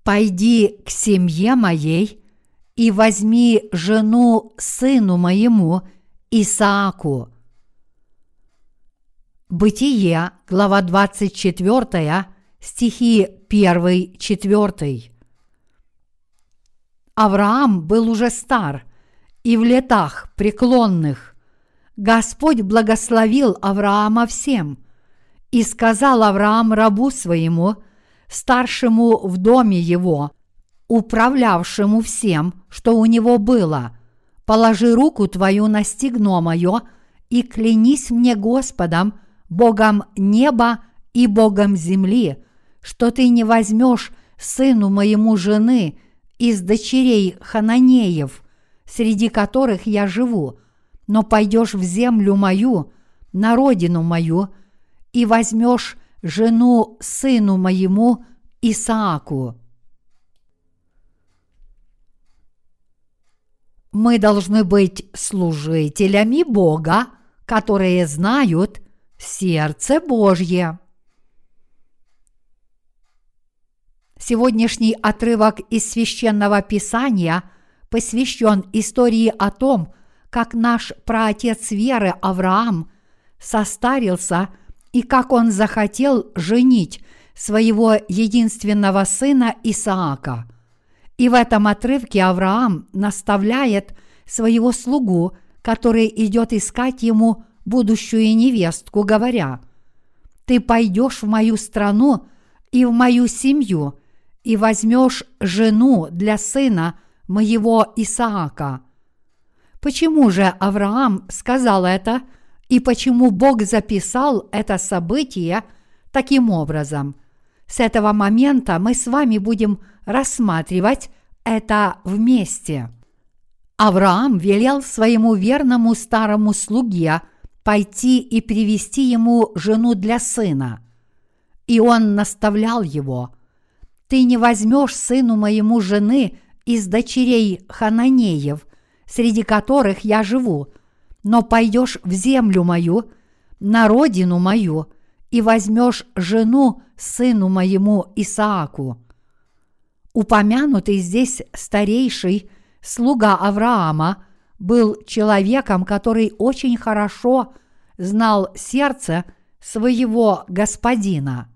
«Пойди к семье моей и возьми жену сыну моему Исааку». Бытие, глава 24, стихи 1-4. Авраам был уже стар и в летах преклонных. Господь благословил Авраама всем, и сказал Авраам рабу своему, старшему в доме его, управлявшему всем, что у него было: «Положи руку твою на стегно мое и клянись мне Господом, Богом неба и Богом земли, что ты не возьмешь сыну моему жены из дочерей Хананеев, среди которых я живу, но пойдешь в землю мою, на родину мою, и возьмешь жену сыну моему Исааку». Мы должны быть служителями Бога, которые знают сердце Божье. Сегодняшний отрывок из Священного Писания посвящен истории о том, как наш праотец веры Авраам состарился и как он захотел женить своего единственного сына Исаака. И в этом отрывке Авраам наставляет своего слугу, который идет искать ему будущую невестку, говоря: «Ты пойдешь в мою страну и в мою семью, и возьмешь жену для сына моего Исаака». Почему же Авраам сказал это, и почему Бог записал это событие таким образом? С этого момента мы с вами будем рассматривать это вместе. Авраам велел своему верному старому слуге пойти и привести ему жену для сына. И он наставлял его: «Ты не возьмешь сыну моему жены из дочерей Хананеев, среди которых я живу, но пойдешь в землю мою, на родину мою, и возьмешь жену сыну моему Исааку». Упомянутый здесь старейший слуга Авраама был человеком, который очень хорошо знал сердце своего господина.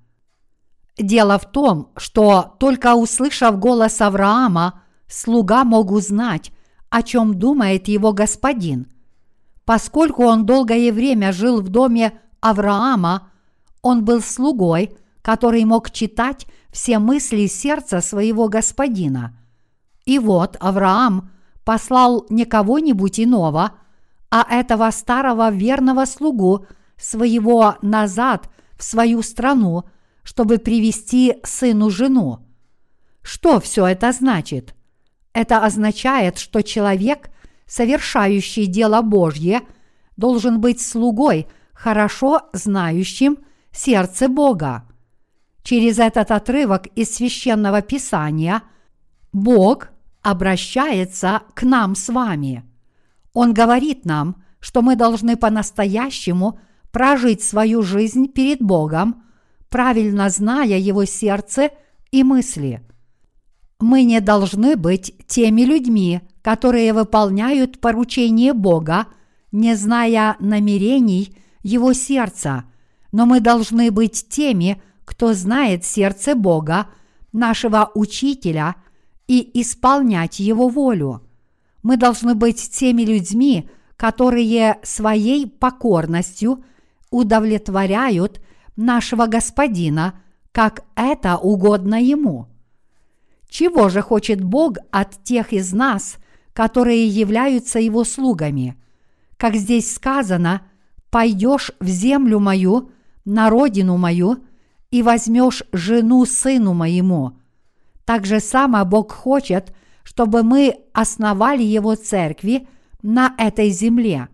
Дело в том, что только услышав голос Авраама, слуга мог узнать, о чем думает его господин. Поскольку он долгое время жил в доме Авраама, он был слугой, который мог читать все мысли сердца своего господина. И вот Авраам послал не кого-нибудь иного, а этого старого верного слугу своего назад в свою страну, чтобы привести сыну жену. Что все это значит? Это означает, что человек, совершающий дело Божье, должен быть слугой, хорошо знающим сердце Бога. Через этот отрывок из Священного Писания Бог обращается к нам с вами. Он говорит нам, что мы должны по-настоящему прожить свою жизнь перед Богом, правильно зная Его сердце и мысли. Мы не должны быть теми людьми, которые выполняют поручение Бога, не зная намерений Его сердца, но мы должны быть теми, кто знает сердце Бога, нашего Учителя, и исполнять Его волю. Мы должны быть теми людьми, которые своей покорностью удовлетворяют нашего Господина, как это угодно Ему. Чего же хочет Бог от тех из нас, которые являются Его слугами? Как здесь сказано: «Пойдешь в землю мою, на родину мою, и возьмешь жену сыну моему». Так же само Бог хочет, чтобы мы основали Его церкви на этой земле.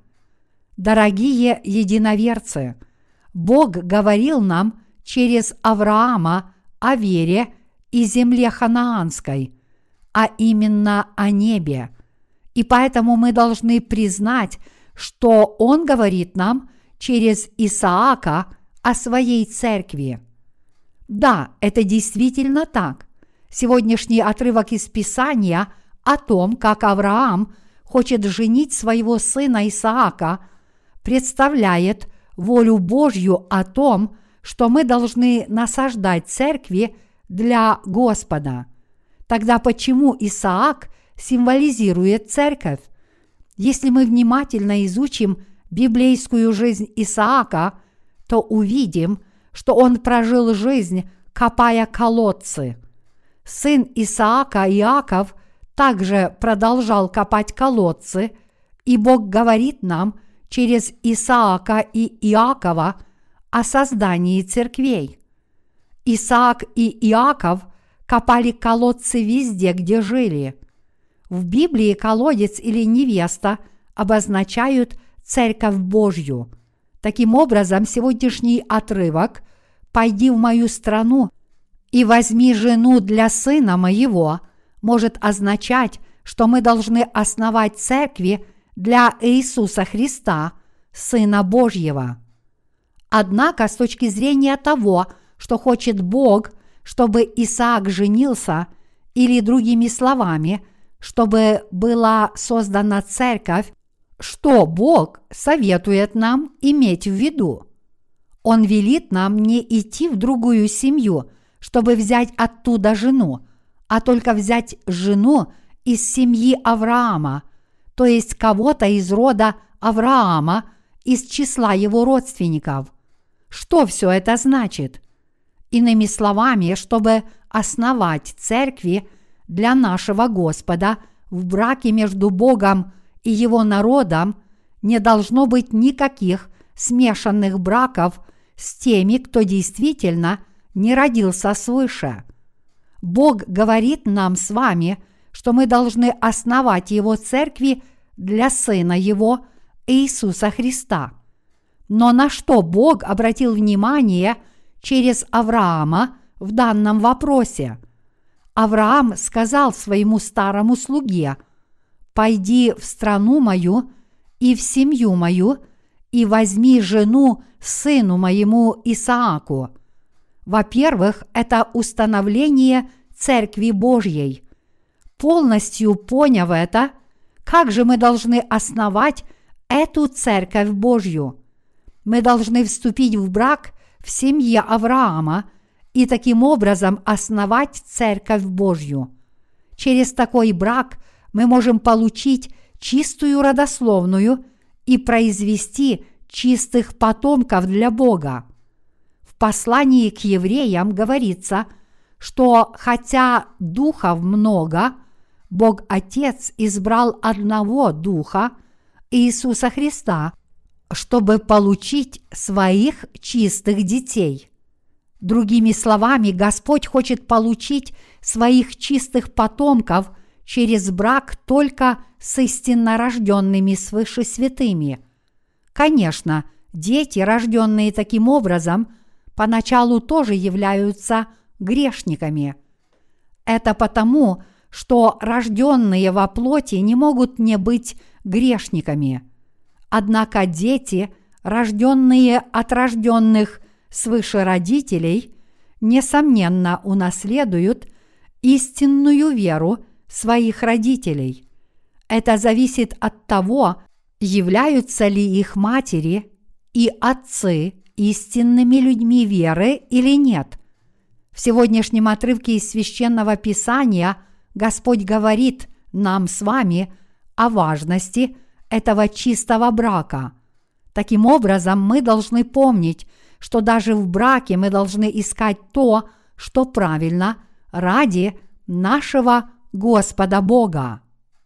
Дорогие единоверцы, Бог говорил нам через Авраама о вере и земле ханаанской, а именно о небе. И поэтому мы должны признать, что Он говорит нам через Исаака о своей церкви. Да, это действительно так. Сегодняшний отрывок из Писания о том, как Авраам хочет женить своего сына Исаака, представляет волю Божью о том, что мы должны насаждать церкви для Господа. Тогда почему Исаак символизирует церковь? Если мы внимательно изучим библейскую жизнь Исаака, то увидим, что он прожил жизнь, копая колодцы. Сын Исаака Иаков также продолжал копать колодцы, и Бог говорит нам через Исаака и Иакова о создании церквей. Исаак и Иаков копали колодцы везде, где жили. В Библии колодец или невеста обозначают Церковь Божью. Таким образом, сегодняшний отрывок «Пойди в мою страну и возьми жену для сына моего» может означать, что мы должны основать церкви для Иисуса Христа, Сына Божьего. Однако, с точки зрения того, что хочет Бог, чтобы Исаак женился, или другими словами, чтобы была создана церковь, что Бог советует нам иметь в виду? Он велит нам не идти в другую семью, чтобы взять оттуда жену, а только взять жену из семьи Авраама, то есть кого-то из рода Авраама, из числа его родственников. Что все это значит? Иными словами, чтобы основать церкви для нашего Господа в браке между Богом и Его народом, не должно быть никаких смешанных браков с теми, кто действительно не родился свыше. Бог говорит нам с вами, что мы должны основать Его церкви для Сына Его, Иисуса Христа. Но на что Бог обратил внимание через Авраама в данном вопросе? Авраам сказал своему старому слуге: «Пойди в страну мою и в семью мою, и возьми жену сыну моему Исааку». Во-первых, это установление Церкви Божьей. Полностью поняв это, как же мы должны основать эту Церковь Божью? Мы должны вступить в брак в семье Авраама и таким образом основать Церковь Божью. Через такой брак мы можем получить чистую родословную и произвести чистых потомков для Бога. В послании к евреям говорится, что хотя духов много, Бог Отец избрал одного Духа, Иисуса Христа, чтобы получить своих чистых детей. Другими словами, Господь хочет получить своих чистых потомков через брак только с истинно рожденными свыше святыми. Конечно, дети, рожденные таким образом, поначалу тоже являются грешниками. Это потому, что рожденные во плоти не могут не быть грешниками. Однако дети, рожденные от рожденных свыше родителей, несомненно унаследуют истинную веру своих родителей. Это зависит от того, являются ли их матери и отцы истинными людьми веры или нет. В сегодняшнем отрывке из Священного Писания Господь говорит нам с вами о важности этого чистого брака. Таким образом, мы должны помнить, что даже в браке мы должны искать то, что правильно, ради нашего Господа Бога.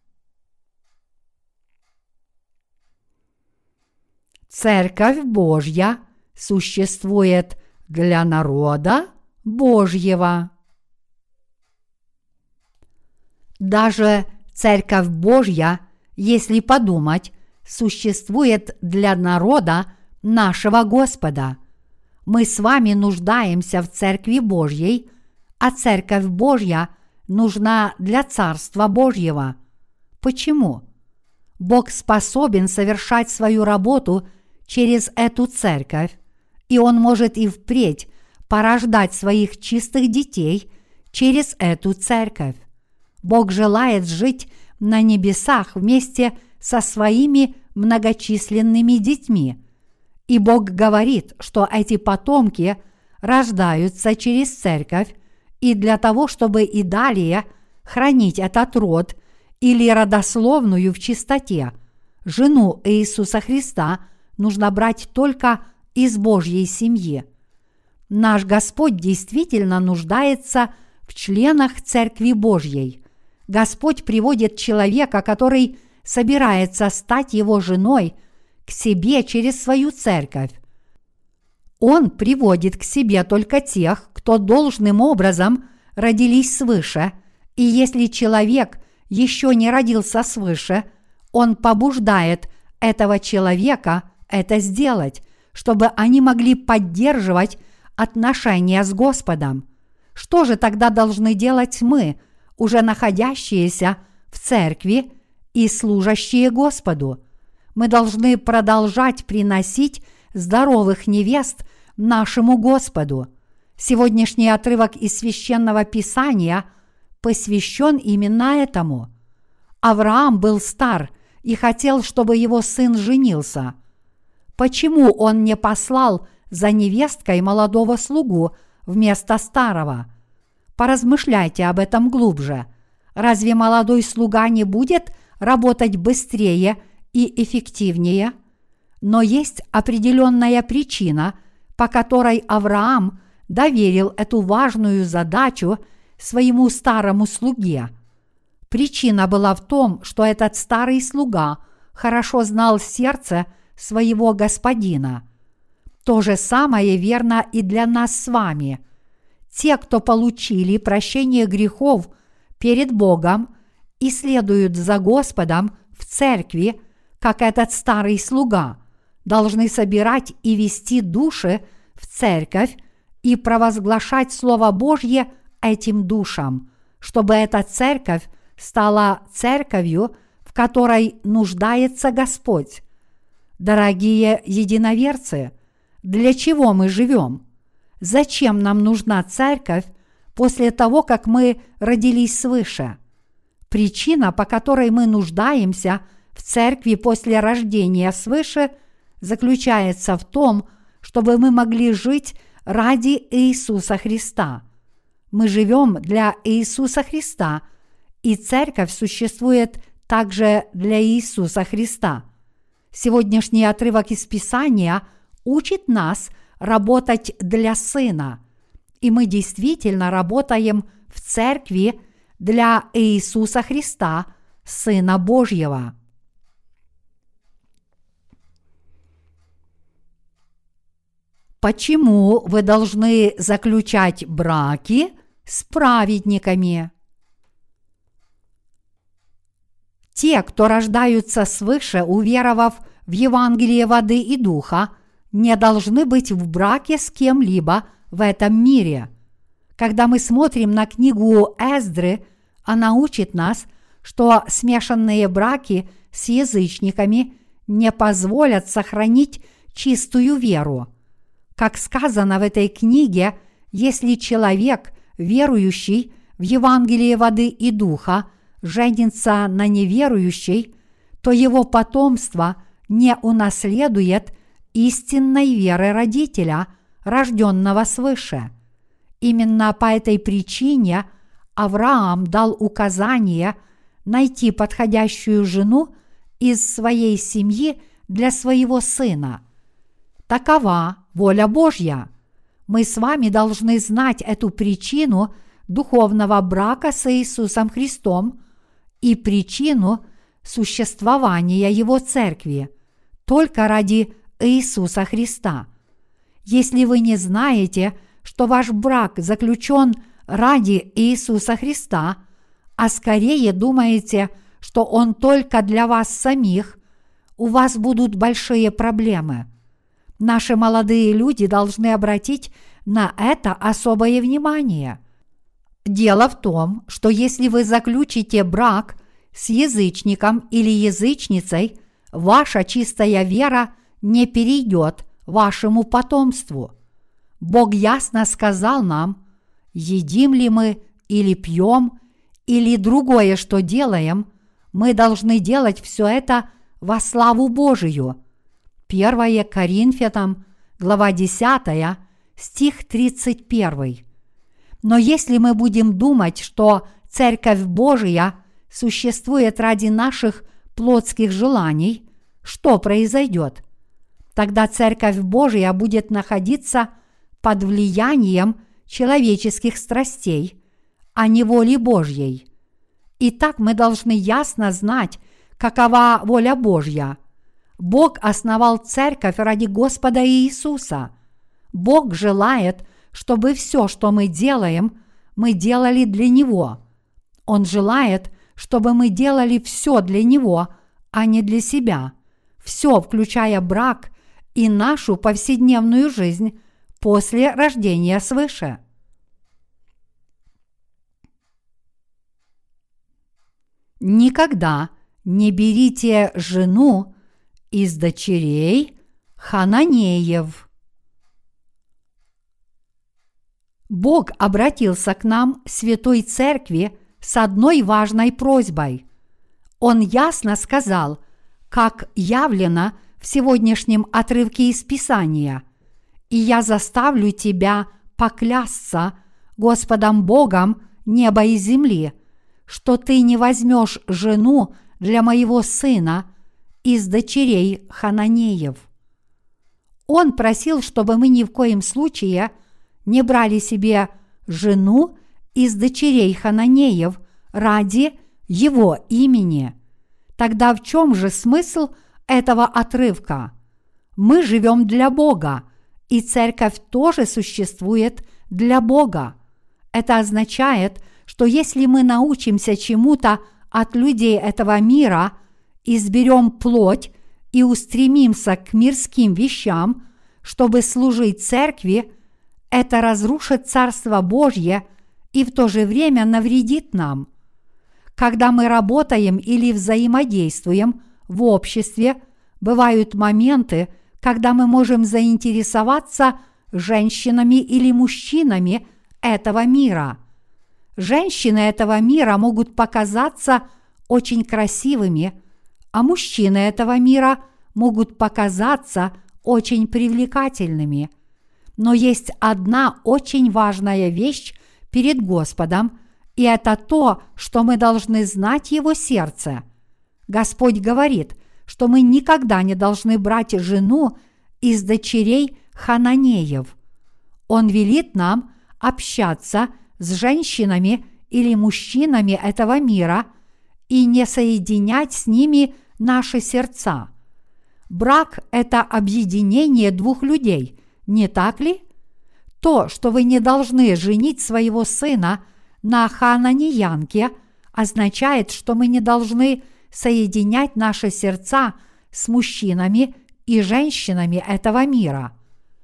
Церковь Божья существует для народа Божьего. Даже Церковь Божья, если подумать, существует для народа нашего Господа. Мы с вами нуждаемся в Церкви Божьей, а Церковь Божья нужна для Царства Божьего. Почему? Бог способен совершать свою работу через эту Церковь, и Он может и впредь порождать своих чистых детей через эту церковь. Бог желает жить на небесах вместе со своими многочисленными детьми. И Бог говорит, что эти потомки рождаются через церковь, и для того, чтобы и далее хранить этот род или родословную в чистоте, жену Иисуса Христа нужно брать только из Божьей семьи. Наш Господь действительно нуждается в членах Церкви Божьей. Господь приводит человека, который собирается стать его женой, к себе через свою церковь. Он приводит к себе только тех, кто должным образом родились свыше, и если человек еще не родился свыше, он побуждает этого человека это сделать, чтобы они могли поддерживать отношения с Господом. Что же тогда должны делать мы, уже находящиеся в церкви и служащие Господу? Мы должны продолжать приносить здоровых невест нашему Господу. Сегодняшний отрывок из Священного Писания посвящен именно этому. Авраам был стар и хотел, чтобы его сын женился. Почему он не послал за невесткой молодого слугу вместо старого? Поразмышляйте об этом глубже. Разве молодой слуга не будет работать быстрее и эффективнее? Но есть определенная причина, по которой Авраам доверил эту важную задачу своему старому слуге. Причина была в том, что этот старый слуга хорошо знал сердце своего господина. То же самое верно и для нас с вами. Те, кто получили прощение грехов перед Богом и следуют за Господом в церкви, как этот старый слуга, должны собирать и вести души в церковь и провозглашать Слово Божье этим душам, чтобы эта церковь стала церковью, в которой нуждается Господь. Дорогие единоверцы, для чего мы живем? Зачем нам нужна церковь после того, как мы родились свыше? Причина, по которой мы нуждаемся в церкви после рождения свыше, заключается в том, чтобы мы могли жить ради Иисуса Христа. Мы живем для Иисуса Христа, и церковь существует также для Иисуса Христа. Сегодняшний отрывок из Писания учит нас работать для Сына, и мы действительно работаем в церкви для Иисуса Христа, Сына Божьего. Почему вы должны заключать браки с праведниками? Те, кто рождаются свыше, уверовав в Евангелие воды и духа, не должны быть в браке с кем-либо в этом мире. Когда мы смотрим на книгу Эздры, она учит нас, что смешанные браки с язычниками не позволят сохранить чистую веру. Как сказано в этой книге, если человек, верующий в Евангелие воды и духа, женится на неверующей, то его потомство не унаследует истинной веры родителя, рожденного свыше. Именно по этой причине Авраам дал указание найти подходящую жену из своей семьи для своего сына. Такова воля Божья. Мы с вами должны знать эту причину духовного брака с Иисусом Христом и причину существования Его церкви только ради Иисуса Христа. Если вы не знаете, что ваш брак заключен ради Иисуса Христа, а скорее думаете, что он только для вас самих, у вас будут большие проблемы. Наши молодые люди должны обратить на это особое внимание. Дело в том, что если вы заключите брак с язычником или язычницей, ваша чистая вера не перейдет вашему потомству. Бог ясно сказал нам, едим ли мы или пьем, или другое, что делаем, мы должны делать все это во славу Божию. 1 Коринфянам, глава 10, стих 31. Но если мы будем думать, что Церковь Божия существует ради наших плотских желаний, что произойдет? Тогда Церковь Божия будет находиться под влиянием человеческих страстей, а не воли Божьей. Итак, мы должны ясно знать, какова воля Божья. Бог основал Церковь ради Господа Иисуса. Бог желает, чтобы все, что мы делаем, мы делали для Него. Он желает, чтобы мы делали все для Него, а не для себя. Все, включая брак и нашу повседневную жизнь после рождения свыше. Никогда не берите жену из дочерей Хананеев. Бог обратился к нам, Святой Церкви, с одной важной просьбой. Он ясно сказал, как явлено в сегодняшнем отрывке из Писания: «И я заставлю тебя поклясться Господом Богом неба и земли, что ты не возьмешь жену для моего сына из дочерей Хананеев». Он просил, чтобы мы ни в коем случае не брали себе жену из дочерей Хананеев ради его имени. Тогда в чем же смысл этого отрывка? Мы живем для Бога, и церковь тоже существует для Бога. Это означает, что если мы научимся чему-то от людей этого мира, изберем плоть и устремимся к мирским вещам, чтобы служить церкви, это разрушит Царство Божье и в то же время навредит нам. Когда мы работаем или взаимодействуем в обществе, бывают моменты, когда мы можем заинтересоваться женщинами или мужчинами этого мира. Женщины этого мира могут показаться очень красивыми, а мужчины этого мира могут показаться очень привлекательными. Но есть одна очень важная вещь перед Господом, и это то, что мы должны знать Его сердце. Господь говорит, что мы никогда не должны брать жену из дочерей Хананеев. Он велит нам общаться с женщинами или мужчинами этого мира и не соединять с ними наши сердца. Брак – это объединение двух людей, не так ли? То, что вы не должны женить своего сына на хананеянке, означает, что мы не должны соединять наши сердца с мужчинами и женщинами этого мира.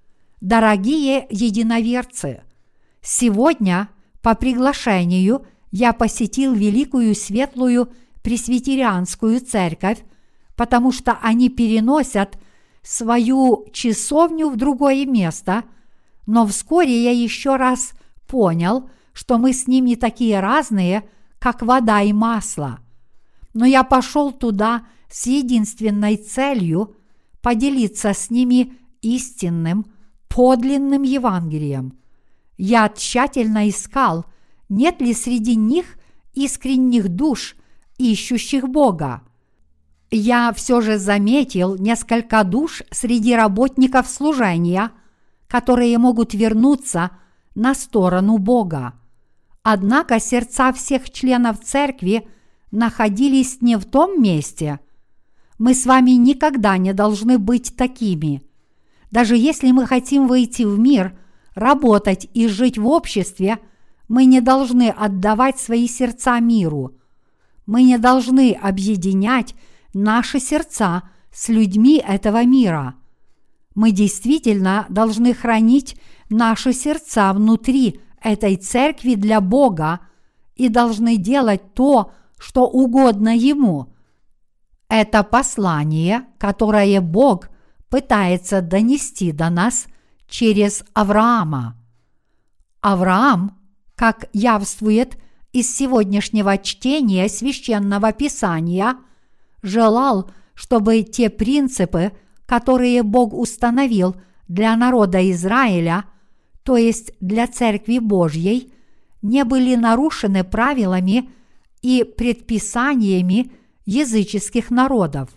Дорогие единоверцы, сегодня по приглашению я посетил Великую Светлую Пресвитерианскую церковь, потому что они переносят свою часовню в другое место, но вскоре я еще раз понял, что мы с ними такие разные, как вода и масло. Но я пошел туда с единственной целью поделиться с ними истинным, подлинным Евангелием. Я тщательно искал, нет ли среди них искренних душ, ищущих Бога. Я все же заметил несколько душ среди работников служения, которые могут вернуться на сторону Бога. Однако сердца всех членов церкви находились не в том месте. Мы с вами никогда не должны быть такими. Даже если мы хотим выйти в мир, работать и жить в обществе, мы не должны отдавать свои сердца миру. Мы не должны объединять наши сердца с людьми этого мира. Мы действительно должны хранить наши сердца внутри этой церкви для Бога и должны делать то, что угодно Ему. Это послание, которое Бог пытается донести до нас через Авраама. Авраам как явствует из сегодняшнего чтения Священного Писания, желал, чтобы те принципы, которые Бог установил для народа Израиля, то есть для Церкви Божьей, не были нарушены правилами и предписаниями языческих народов.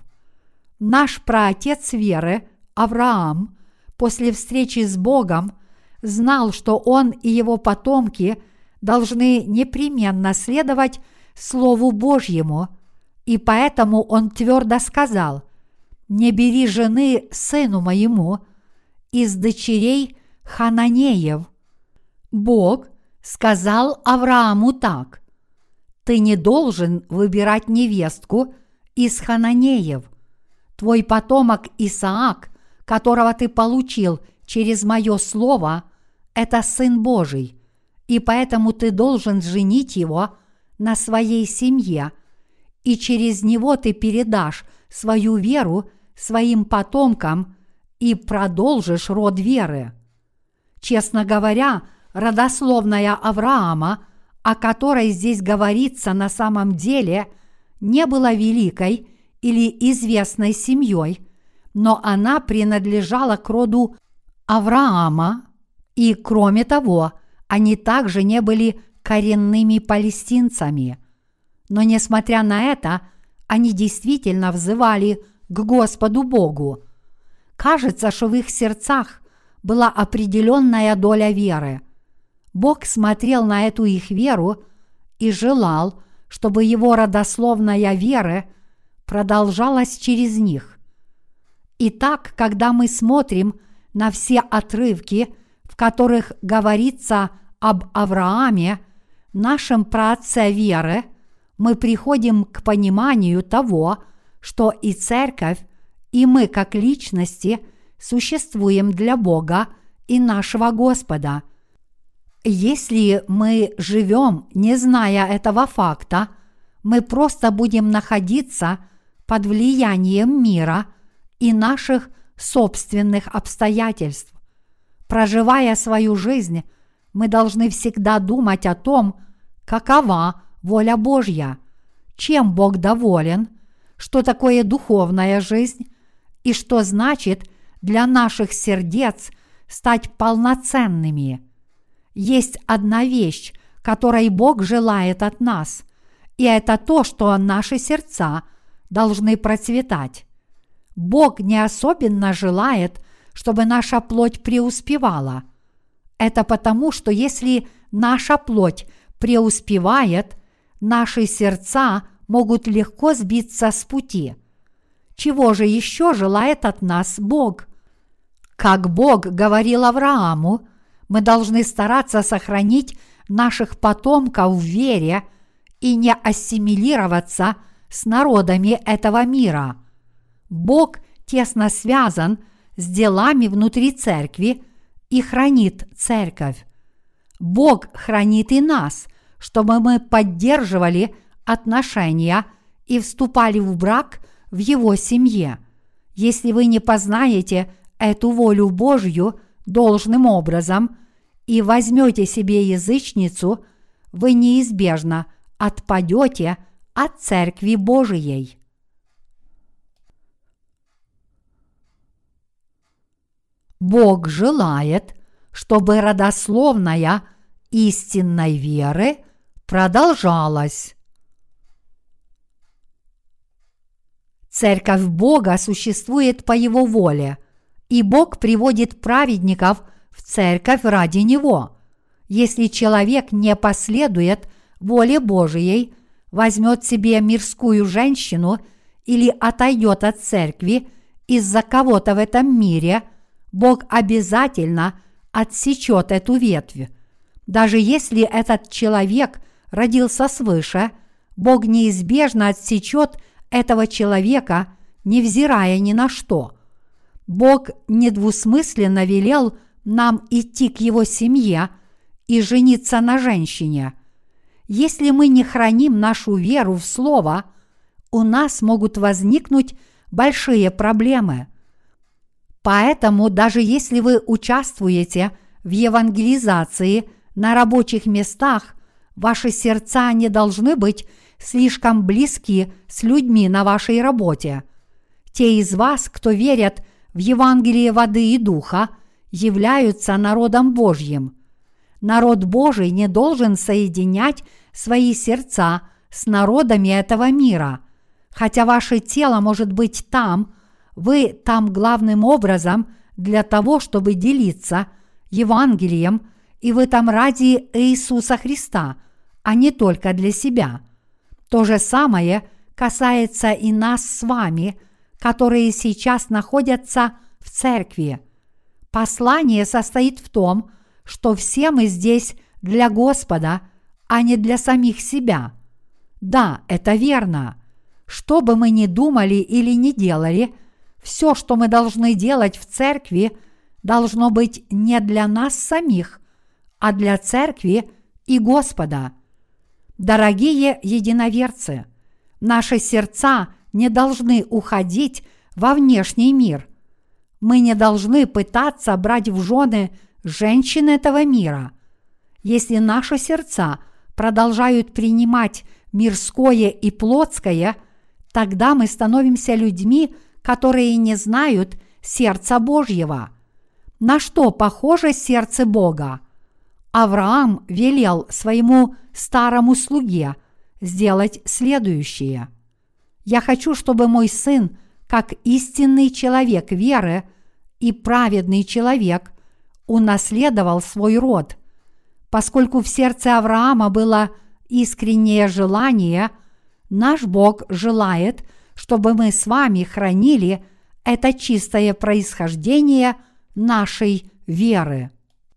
Наш праотец веры Авраам после встречи с Богом знал, что он и его потомки должны непременно следовать Слову Божьему, и поэтому он твердо сказал: «Не бери жены сыну моему из дочерей Хананеев». Бог сказал Аврааму так: «Ты не должен выбирать невестку из Хананеев. Твой потомок Исаак, которого ты получил через мое слово, это Сын Божий, и поэтому ты должен женить его на своей семье, и через него ты передашь свою веру своим потомкам и продолжишь род веры». Честно говоря, родословная Авраама, о которой здесь говорится, на самом деле не была великой или известной семьей, но она принадлежала к роду Авраама, и, кроме того, они также не были коренными палестинцами. Но, несмотря на это, они действительно взывали к Господу Богу. Кажется, что в их сердцах была определенная доля веры. Бог смотрел на эту их веру и желал, чтобы его родословная вера продолжалась через них. Итак, когда мы смотрим на все отрывки, в которых говорится об Аврааме, нашем праотце веры, мы приходим к пониманию того, что и церковь, и мы как личности существуем для Бога и нашего Господа. Если мы живем, не зная этого факта, мы просто будем находиться под влиянием мира и наших собственных обстоятельств. Проживая свою жизнь, мы должны всегда думать о том, какова воля Божья, чем Бог доволен, что такое духовная жизнь и что значит для наших сердец стать полноценными. Есть одна вещь, которой Бог желает от нас, и это то, что наши сердца должны процветать. Бог не особенно желает, чтобы наша плоть преуспевала. Это потому, что если наша плоть преуспевает, наши сердца могут легко сбиться с пути. Чего же еще желает от нас Бог? Как Бог говорил Аврааму, мы должны стараться сохранить наших потомков в вере и не ассимилироваться с народами этого мира. Бог тесно связан с делами внутри церкви и хранит церковь. Бог хранит и нас, чтобы мы поддерживали отношения и вступали в брак в Его семье. Если вы не познаете эту волю Божью должным образом и возьмете себе язычницу, вы неизбежно отпадете от Церкви Божией. Бог желает, чтобы родословная истинной веры продолжалась. Церковь Бога существует по Его воле, и Бог приводит праведников в церковь ради Него. Если человек не последует воле Божией, возьмет себе мирскую женщину или отойдет от церкви из-за кого-то в этом мире, Бог обязательно отсечет эту ветвь. Даже если этот человек родился свыше, Бог неизбежно отсечет этого человека, невзирая ни на что. Бог недвусмысленно велел нам идти к Его семье и жениться на женщине. Если мы не храним нашу веру в Слово, у нас могут возникнуть большие проблемы. Поэтому даже если вы участвуете в евангелизации На рабочих местах ваши сердца не должны быть слишком близки с людьми на вашей работе. Те из вас, кто верят в Евангелие воды и духа, являются народом Божьим. Народ Божий не должен соединять свои сердца с народами этого мира. Хотя ваше тело может быть там, вы там главным образом для того, чтобы делиться Евангелием, и вы там ради Иисуса Христа, а не только для себя. То же самое касается и нас с вами, которые сейчас находятся в церкви. Послание состоит в том, что все мы здесь для Господа, а не для самих себя. Да, это верно. Что бы мы ни думали или ни делали, все, что мы должны делать в церкви, должно быть не для нас самих, а для церкви и Господа. Дорогие единоверцы, наши сердца не должны уходить во внешний мир. Мы не должны пытаться брать в жены женщин этого мира. Если наши сердца продолжают принимать мирское и плотское, тогда мы становимся людьми, которые не знают сердца Божьего. На что похоже сердце Бога? Авраам велел своему старому слуге сделать следующее. «Я хочу, чтобы мой сын, как истинный человек веры и праведный человек, унаследовал свой род». Поскольку в сердце Авраама было искреннее желание, наш Бог желает, чтобы мы с вами хранили это чистое происхождение нашей веры.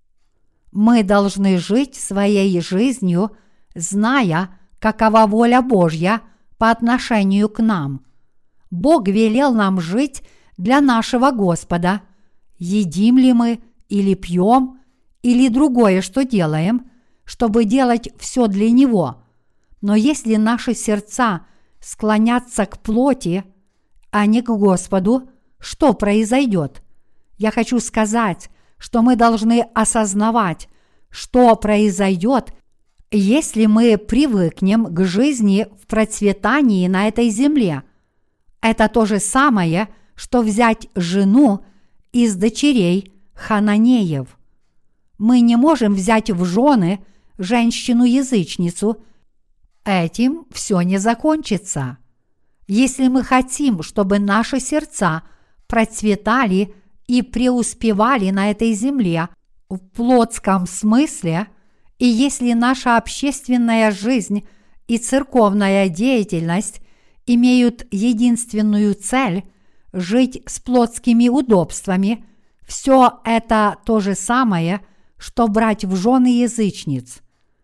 Мы должны жить своей жизнью, зная, какова воля Божья по отношению к нам. Бог велел нам жить для нашего Господа. Едим ли мы или пьем, или другое, что делаем, чтобы делать все для Него. Но если наши сердца склонятся к плоти, а не к Господу, что произойдет? Я хочу сказать, что мы должны осознавать, что произойдет, если мы привыкнем к жизни в процветании на этой земле. Это то же самое, что взять жену из дочерей хананеев. Мы не можем взять в жены женщину-язычницу. Этим все не закончится. Если мы хотим, чтобы наши сердца процветали и преуспевали на этой земле в плотском смысле, и если наша общественная жизнь и церковная деятельность имеют единственную цель – жить с плотскими удобствами, все это то же самое, что брать в жены язычниц.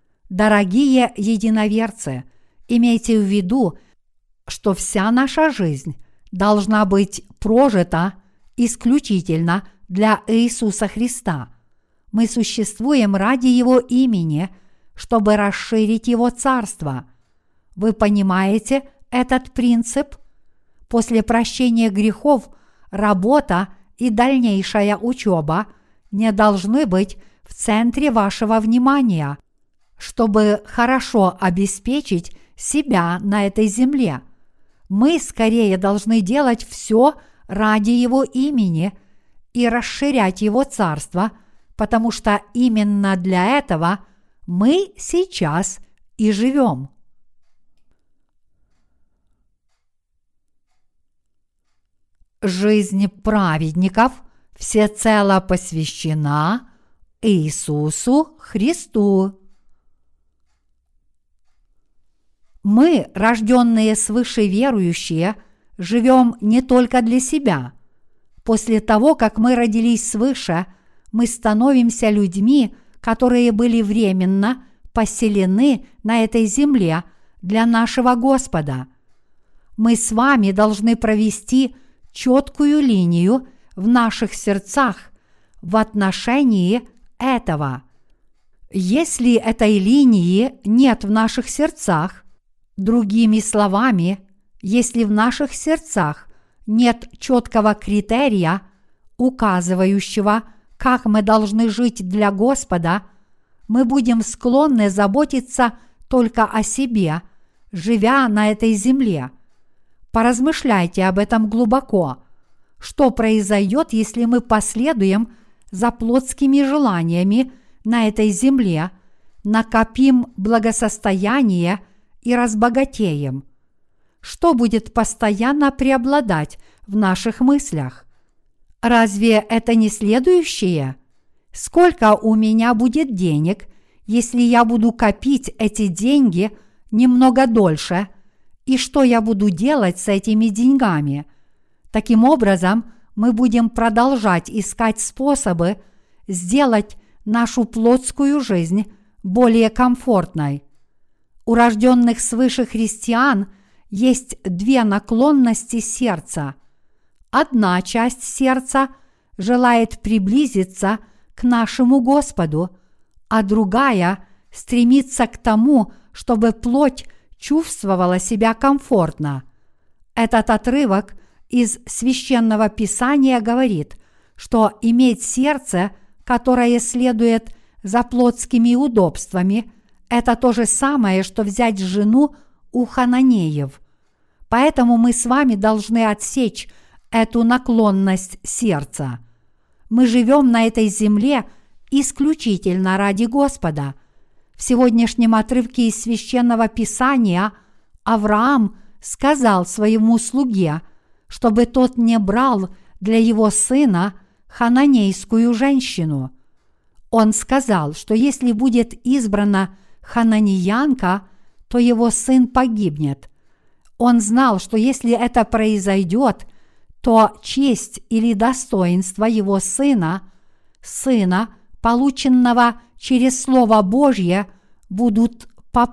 Дорогие единоверцы, имейте в виду, что вся наша жизнь должна быть прожита исключительно для Иисуса Христа. Мы существуем ради Его имени, чтобы расширить Его царство. Вы понимаете этот принцип? После прощения грехов работа и дальнейшая учеба не должны быть в центре вашего внимания, чтобы хорошо обеспечить себя на этой земле. Мы скорее должны делать все ради Его имени и расширять Его царство, потому что именно для этого мы сейчас и живем. Жизнь праведников всецело посвящена Иисусу Христу. Мы, рожденные свыше верующие, живем не только для себя. После того, как мы родились свыше, мы становимся людьми, которые были временно поселены на этой земле для нашего Господа. Мы с вами должны провести четкую линию в наших сердцах в отношении этого. Если этой линии нет в наших сердцах, другими словами, если в наших сердцах нет четкого критерия, указывающего, как мы должны жить для Господа, мы будем склонны заботиться только о себе, живя на этой земле. Поразмышляйте об этом глубоко. Что произойдет, если мы последуем за плотскими желаниями на этой земле, накопим благосостояние и разбогатеем? Что будет постоянно преобладать в наших мыслях? Разве это не следующее? Сколько у меня будет денег, если я буду копить эти деньги немного дольше, и что я буду делать с этими деньгами? Таким образом, мы будем продолжать искать способы сделать нашу плотскую жизнь более комфортной. У рожденных свыше христиан есть две наклонности сердца. Одна часть сердца желает приблизиться к нашему Господу, а другая стремится к тому, чтобы плоть чувствовала себя комфортно. Этот отрывок из Священного Писания говорит, что иметь сердце, которое следует за плотскими удобствами, это то же самое, что взять жену у хананеев. Поэтому мы с вами должны отсечь эту наклонность сердца. Мы живем на этой земле исключительно ради Господа. В сегодняшнем отрывке из Священного Писания Авраам сказал своему слуге, чтобы тот не брал для его сына хананейскую женщину. Он сказал, что если будет избрана хананиянка, то его сын погибнет. Он знал, что если это произойдет, то честь или достоинство его сына, полученного через Слово Божье, будут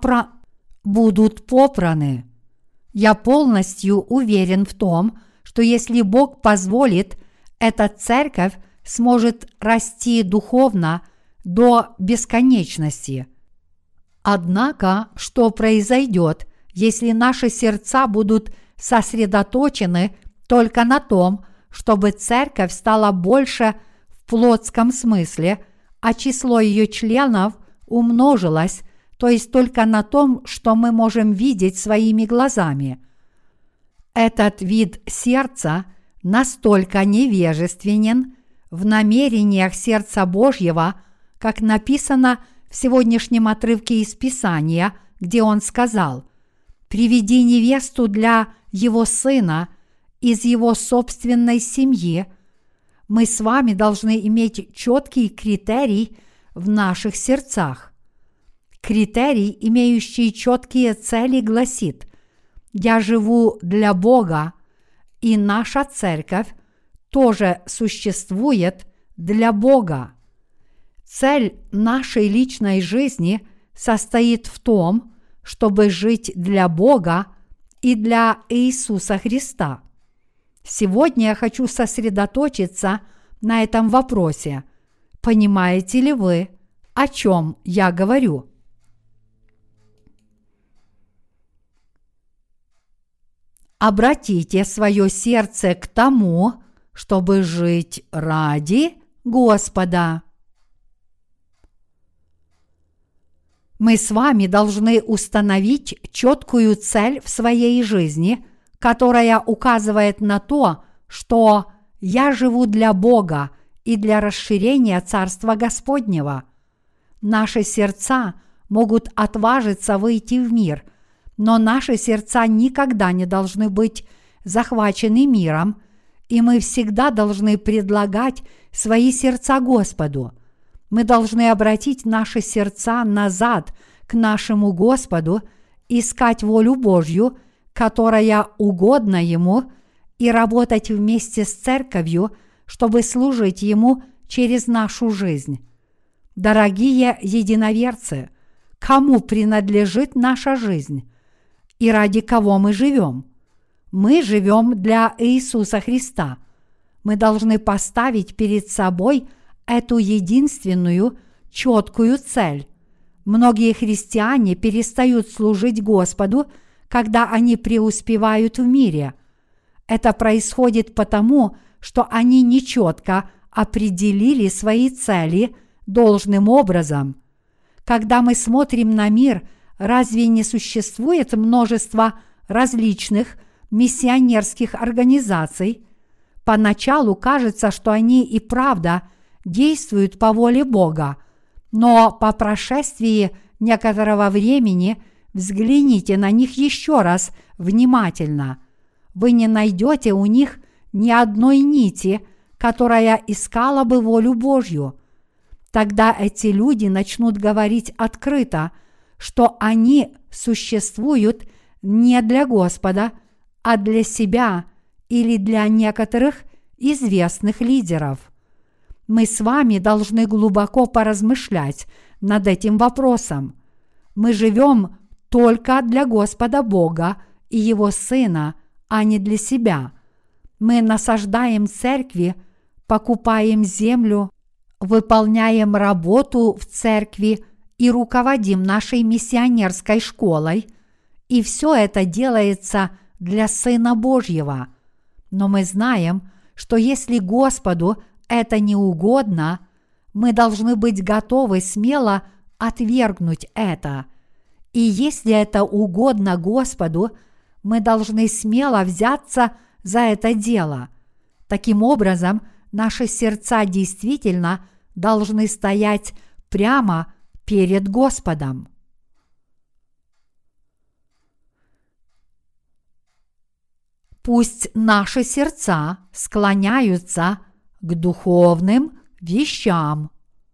попраны. Я полностью уверен в том, что если Бог позволит, эта церковь сможет расти духовно до бесконечности. Однако, что произойдет, если наши сердца будут сосредоточены только на том, чтобы церковь стала больше в плотском смысле, а число ее членов умножилось, то есть только на том, что мы можем видеть своими глазами? Этот вид сердца настолько невежественен в намерениях сердца Божьего, как написано в сегодняшнем отрывке из Писания, где он сказал: «Приведи невесту для его сына из его собственной семьи». Мы с вами должны иметь четкий критерий в наших сердцах. Критерий, имеющий четкие цели, гласит: «Я живу для Бога», и наша церковь тоже существует для Бога. Цель нашей личной жизни состоит в том, чтобы жить для Бога и для Иисуса Христа. Сегодня я хочу сосредоточиться на этом вопросе. Понимаете ли вы, о чем я говорю? Обратите свое сердце к тому, чтобы жить ради Господа. Мы с вами должны установить четкую цель в своей жизни, которая указывает на то, что я живу для Бога и для расширения Царства Господнего. Наши сердца могут отважиться выйти в мир, но наши сердца никогда не должны быть захвачены миром, и мы всегда должны предлагать свои сердца Господу. Мы должны обратить наши сердца назад к нашему Господу, искать волю Божью, которая угодна Ему, и работать вместе с Церковью, чтобы служить Ему через нашу жизнь. Дорогие единоверцы, кому принадлежит наша жизнь? И ради кого мы живем? Мы живем для Иисуса Христа. Мы должны поставить перед собой эту единственную, четкую цель. Многие христиане перестают служить Господу, когда они преуспевают в мире. Это происходит потому, что они нечетко определили свои цели должным образом. Когда мы смотрим на мир, разве не существует множество различных миссионерских организаций? Поначалу кажется, что они и правда действуют по воле Бога, но по прошествии некоторого времени взгляните на них еще раз внимательно. Вы не найдете у них ни одной нити, которая искала бы волю Божью. Тогда эти люди начнут говорить открыто, что они существуют не для Господа, а для себя или для некоторых известных лидеров. Мы с вами должны глубоко поразмышлять над этим вопросом. Мы живем только для Господа Бога и Его Сына, а не для себя. Мы насаждаем церкви, покупаем землю, выполняем работу в церкви и руководим нашей миссионерской школой, и все это делается для Сына Божьего. Но мы знаем, что если Господу это не угодно, мы должны быть готовы смело отвергнуть это. И если это угодно Господу, мы должны смело взяться за это дело. Таким образом, наши сердца действительно должны стоять прямо перед Господом. Пусть наши сердца склоняются к духовным вещам.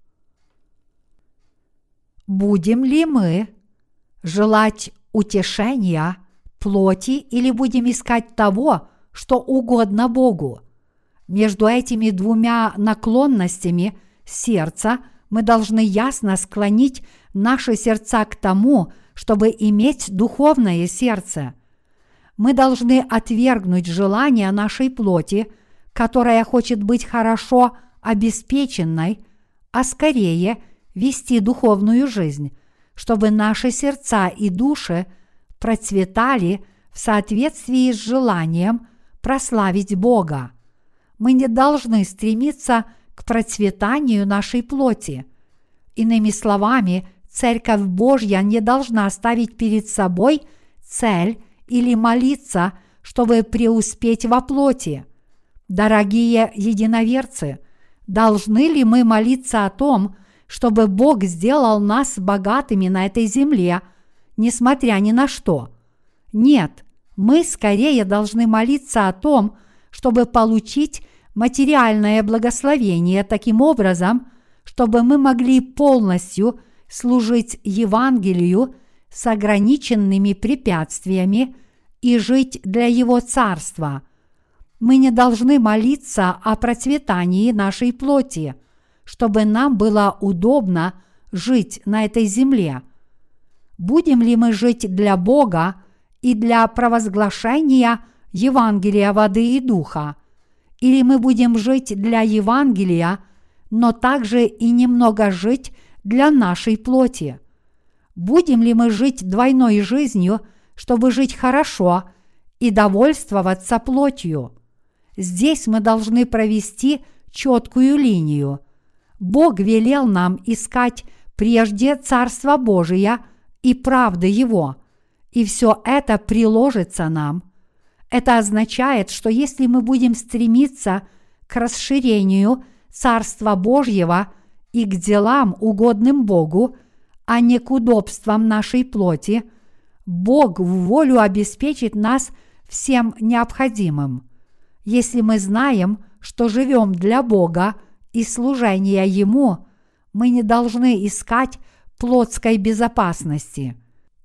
Будем ли мы желать утешения плоти или будем искать того, что угодно Богу? Между этими двумя наклонностями сердца мы должны ясно склонить наши сердца к тому, чтобы иметь духовное сердце. Мы должны отвергнуть желание нашей плоти, которая хочет быть хорошо обеспеченной, а скорее вести духовную жизнь, чтобы наши сердца и души процветали в соответствии с желанием прославить Бога. Мы не должны стремиться к процветанию нашей плоти. Иными словами, Церковь Божья не должна ставить перед собой цель или молиться, чтобы преуспеть во плоти. Дорогие единоверцы, должны ли мы молиться о том, чтобы Бог сделал нас богатыми на этой земле, несмотря ни на что? Нет, мы скорее должны молиться о том, чтобы получить материальное благословение таким образом, чтобы мы могли полностью служить Евангелию с ограниченными препятствиями и жить для Его Царства. Мы не должны молиться о процветании нашей плоти, чтобы нам было удобно жить на этой земле. Будем ли мы жить для Бога и для провозглашения Евангелия воды и духа? Или мы будем жить для Евангелия, но также и немного жить для нашей плоти? Будем ли мы жить двойной жизнью, чтобы жить хорошо и довольствоваться плотью? Здесь мы должны провести четкую линию. Бог велел нам искать прежде Царство Божие и правды Его, и все это приложится нам. Это означает, что если мы будем стремиться к расширению Царства Божьего и к делам, угодным Богу, а не к удобствам нашей плоти, Бог в волю обеспечит нас всем необходимым. Если мы знаем, что живем для Бога и служения Ему, мы не должны искать плотской безопасности.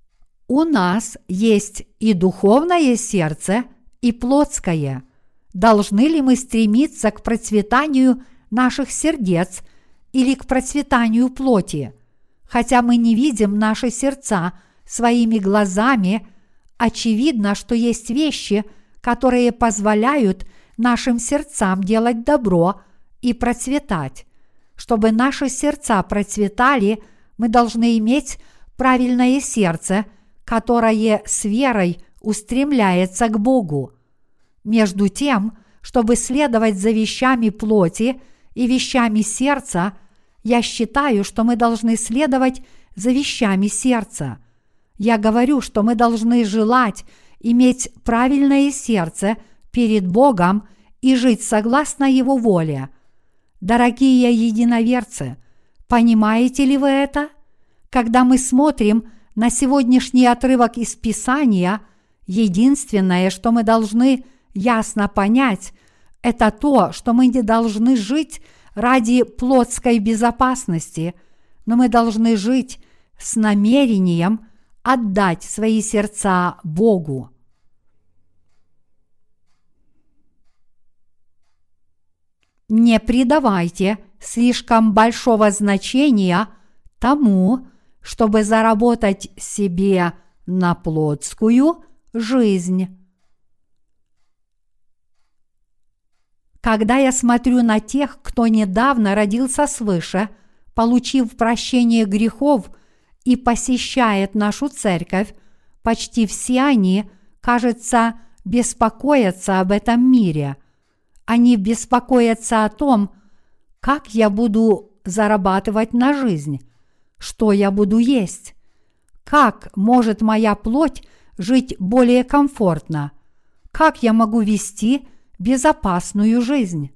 У нас есть и духовное сердце, и плотское. Должны ли мы стремиться к процветанию наших сердец или к процветанию плоти? Хотя мы не видим наши сердца своими глазами, очевидно, что есть вещи, которые позволяют нашим сердцам делать добро и процветать. Чтобы наши сердца процветали, мы должны иметь правильное сердце, которое с верой устремляется к Богу. Между тем, чтобы следовать за вещами плоти и вещами сердца, я считаю, что мы должны следовать за вещами сердца. Я говорю, что мы должны желать иметь правильное сердце перед Богом и жить согласно Его воле. Дорогие единоверцы, понимаете ли вы это? Когда мы смотрим на сегодняшний отрывок из Писания, единственное, что мы должны ясно понять, это то, что мы не должны жить ради плотской безопасности, но мы должны жить с намерением отдать свои сердца Богу. Не придавайте слишком большого значения тому, чтобы заработать себе на плотскую жизнь. Когда я смотрю на тех, кто недавно родился свыше, получив прощение грехов и посещает нашу церковь, почти все они, кажется, беспокоятся об этом мире. Они беспокоятся о том, как я буду зарабатывать на жизнь, что я буду есть, как может моя плоть жить более комфортно, как я могу вести безопасную жизнь.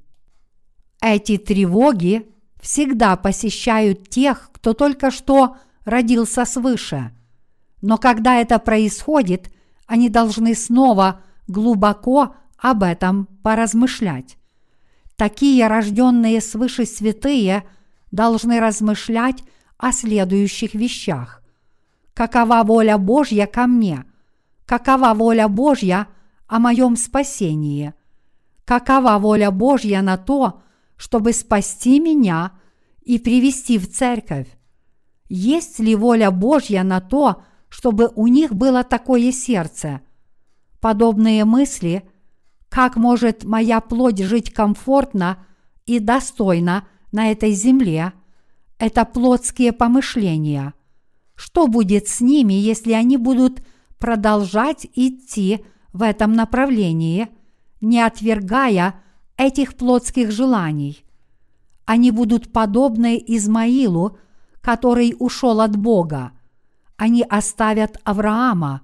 Эти тревоги всегда посещают тех, кто только что родился свыше. Но когда это происходит, они должны снова глубоко об этом поразмышлять. Такие рожденные свыше святые должны размышлять о следующих вещах. Какова воля Божья ко мне? Какова воля Божья о моем спасении? Какова воля Божья на то, чтобы спасти меня и привести в церковь? Есть ли воля Божья на то, чтобы у них было такое сердце? Подобные мысли, как может моя плоть жить комфортно и достойно на этой земле, это плотские помышления. Что будет с ними, если они будут продолжать идти в этом направлении, не отвергая этих плотских желаний? Они будут подобны Измаилу, который ушел от Бога. Они оставят Авраама,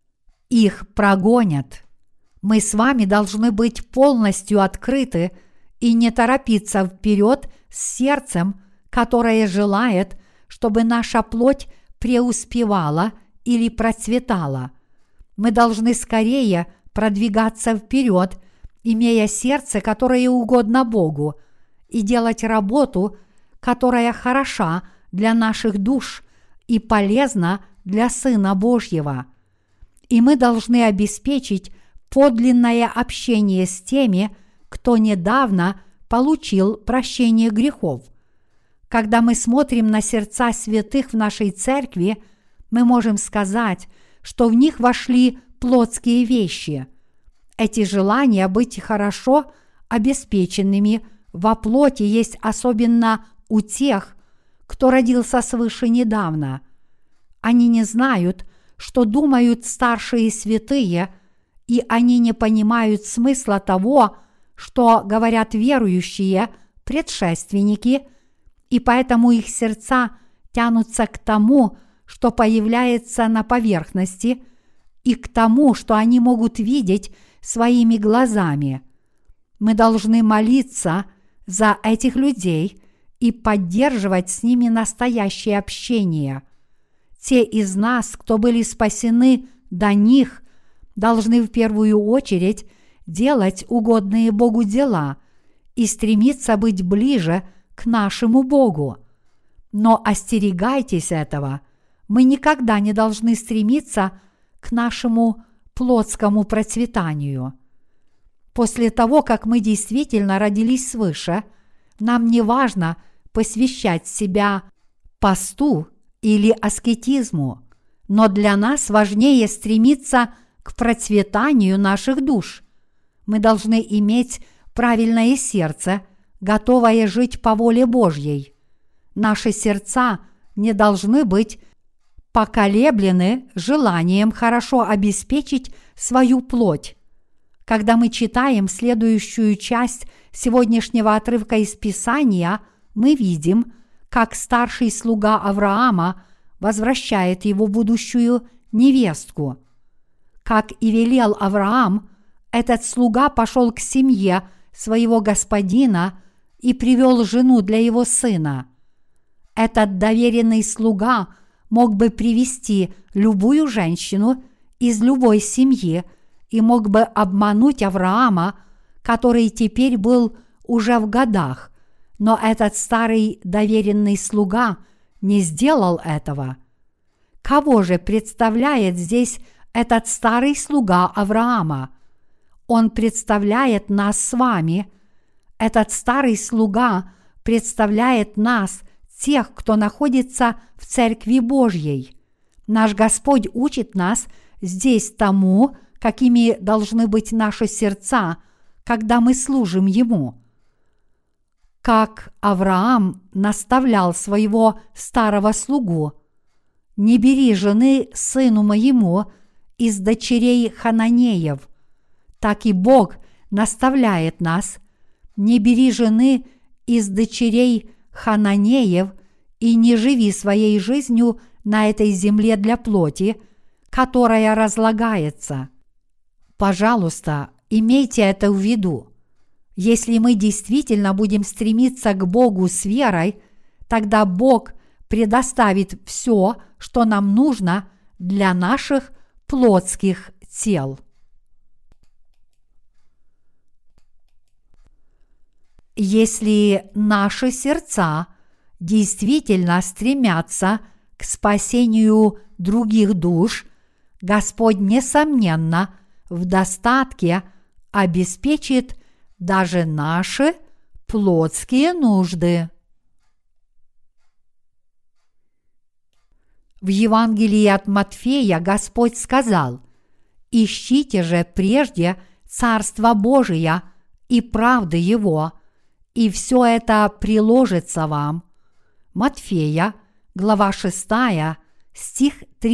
их прогонят. Мы с вами должны быть полностью открыты и не торопиться вперед с сердцем, которое желает, чтобы наша плоть преуспевала или процветала. Мы должны скорее продвигаться вперед, имея сердце, которое угодно Богу, и делать работу, которая хороша для наших душ и полезна для Сына Божьего. И мы должны обеспечить подлинное общение с теми, кто недавно получил прощение грехов. Когда мы смотрим на сердца святых в нашей церкви, мы можем сказать, что в них вошли плотские вещи. Эти желания быть хорошо обеспеченными во плоти есть особенно у тех, кто родился свыше недавно. Они не знают, что думают старшие святые, и они не понимают смысла того, что говорят верующие предшественники, и поэтому их сердца тянутся к тому, что появляется на поверхности, и к тому, что они могут видеть своими глазами. Мы должны молиться за этих людей и поддерживать с ними настоящее общение. Те из нас, кто были спасены до них, должны в первую очередь делать угодные Богу дела и стремиться быть ближе к нашему Богу. Но остерегайтесь этого. Мы никогда не должны стремиться к нашему плотскому процветанию. После того, как мы действительно родились свыше, нам не важно посвящать себя посту или аскетизму, но для нас важнее стремиться к процветанию наших душ. Мы должны иметь правильное сердце, готовое жить по воле Божьей. Наши сердца не должны быть поколеблены желанием хорошо обеспечить свою плоть. Когда мы читаем следующую часть сегодняшнего отрывка из Писания, мы видим, как старший слуга Авраама возвращает его будущую невестку. Как и велел Авраам, этот слуга пошел к семье своего господина и привел жену для его сына. Этот доверенный слуга мог бы привести любую женщину из любой семьи и мог бы обмануть Авраама, который теперь был уже в годах, но этот старый доверенный слуга не сделал этого. Кого же представляет здесь этот старый слуга Авраама? Он представляет нас с вами. Этот старый слуга представляет нас, тех, кто находится в Церкви Божьей. Наш Господь учит нас здесь тому, какими должны быть наши сердца, когда мы служим Ему. Как Авраам наставлял своего старого слугу: «Не бери жены сыну моему из дочерей Хананеев», так и Бог наставляет нас: «Не бери жены из дочерей Хананеев и не живи своей жизнью на этой земле для плоти, которая разлагается». Пожалуйста, имейте это в виду. Если мы действительно будем стремиться к Богу с верой, тогда Бог предоставит все, что нам нужно для наших плотских тел. Если наши сердца действительно стремятся к спасению других душ, Господь, несомненно, в достатке обеспечит даже наши плотские нужды. В Евангелии от Матфея Господь сказал: «Ищите же прежде Царство Божие и правды Его, и все это приложится вам». Матфея, глава 6, стих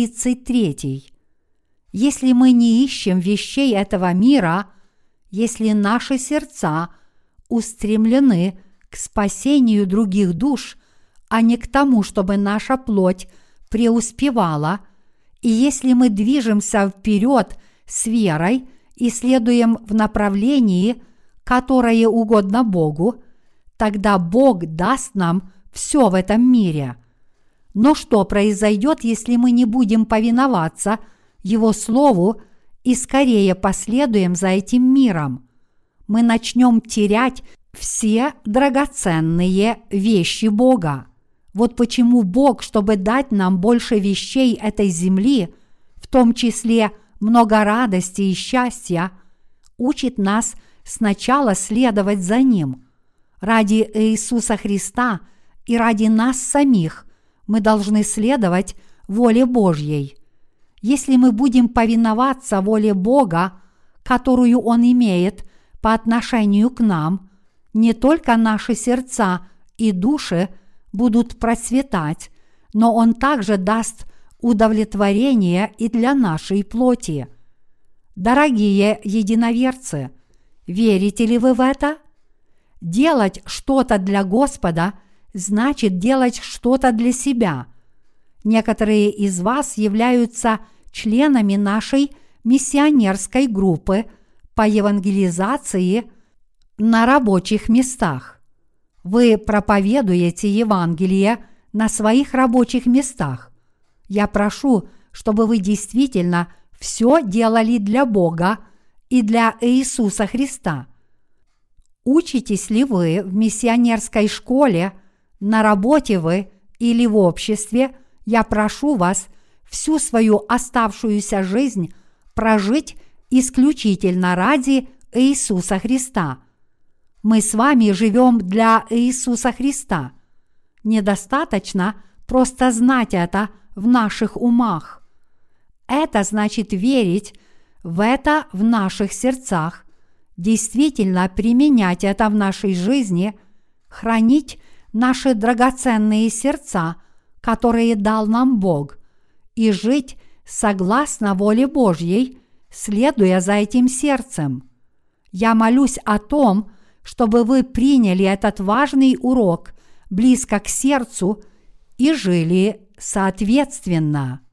33. Если мы не ищем вещей этого мира, если наши сердца устремлены к спасению других душ, а не к тому, чтобы наша плоть преуспевала, и если мы движемся вперед с верой и следуем в направлении, которое угодно Богу, тогда Бог даст нам все в этом мире. Но что произойдет, если мы не будем повиноваться Его Слову и скорее последуем за этим миром? Мы начнем терять все драгоценные вещи Бога. Вот почему Бог, чтобы дать нам больше вещей этой земли, в том числе много радости и счастья, учит нас сначала следовать за Ним. Ради Иисуса Христа и ради нас самих мы должны следовать воле Божьей. Если мы будем повиноваться воле Бога, которую Он имеет по отношению к нам, не только наши сердца и души будут процветать, но Он также даст удовлетворение и для нашей плоти. Дорогие единоверцы, верите ли вы в это? Делать что-то для Господа значит делать что-то для себя. Некоторые из вас являются членами нашей миссионерской группы по евангелизации на рабочих местах. Вы проповедуете Евангелие на своих рабочих местах. Я прошу, чтобы вы действительно все делали для Бога и для Иисуса Христа. Учитесь ли вы в миссионерской школе, на работе вы или в обществе, я прошу вас всю свою оставшуюся жизнь прожить исключительно ради Иисуса Христа. Мы с вами живем для Иисуса Христа. Недостаточно просто знать это в наших умах. Это значит верить в это в наших сердцах, действительно применять это в нашей жизни, хранить наши драгоценные сердца, которые дал нам Бог, и жить согласно воле Божьей, следуя за этим сердцем. Я молюсь о том, чтобы вы приняли этот важный урок близко к сердцу и жили соответственно.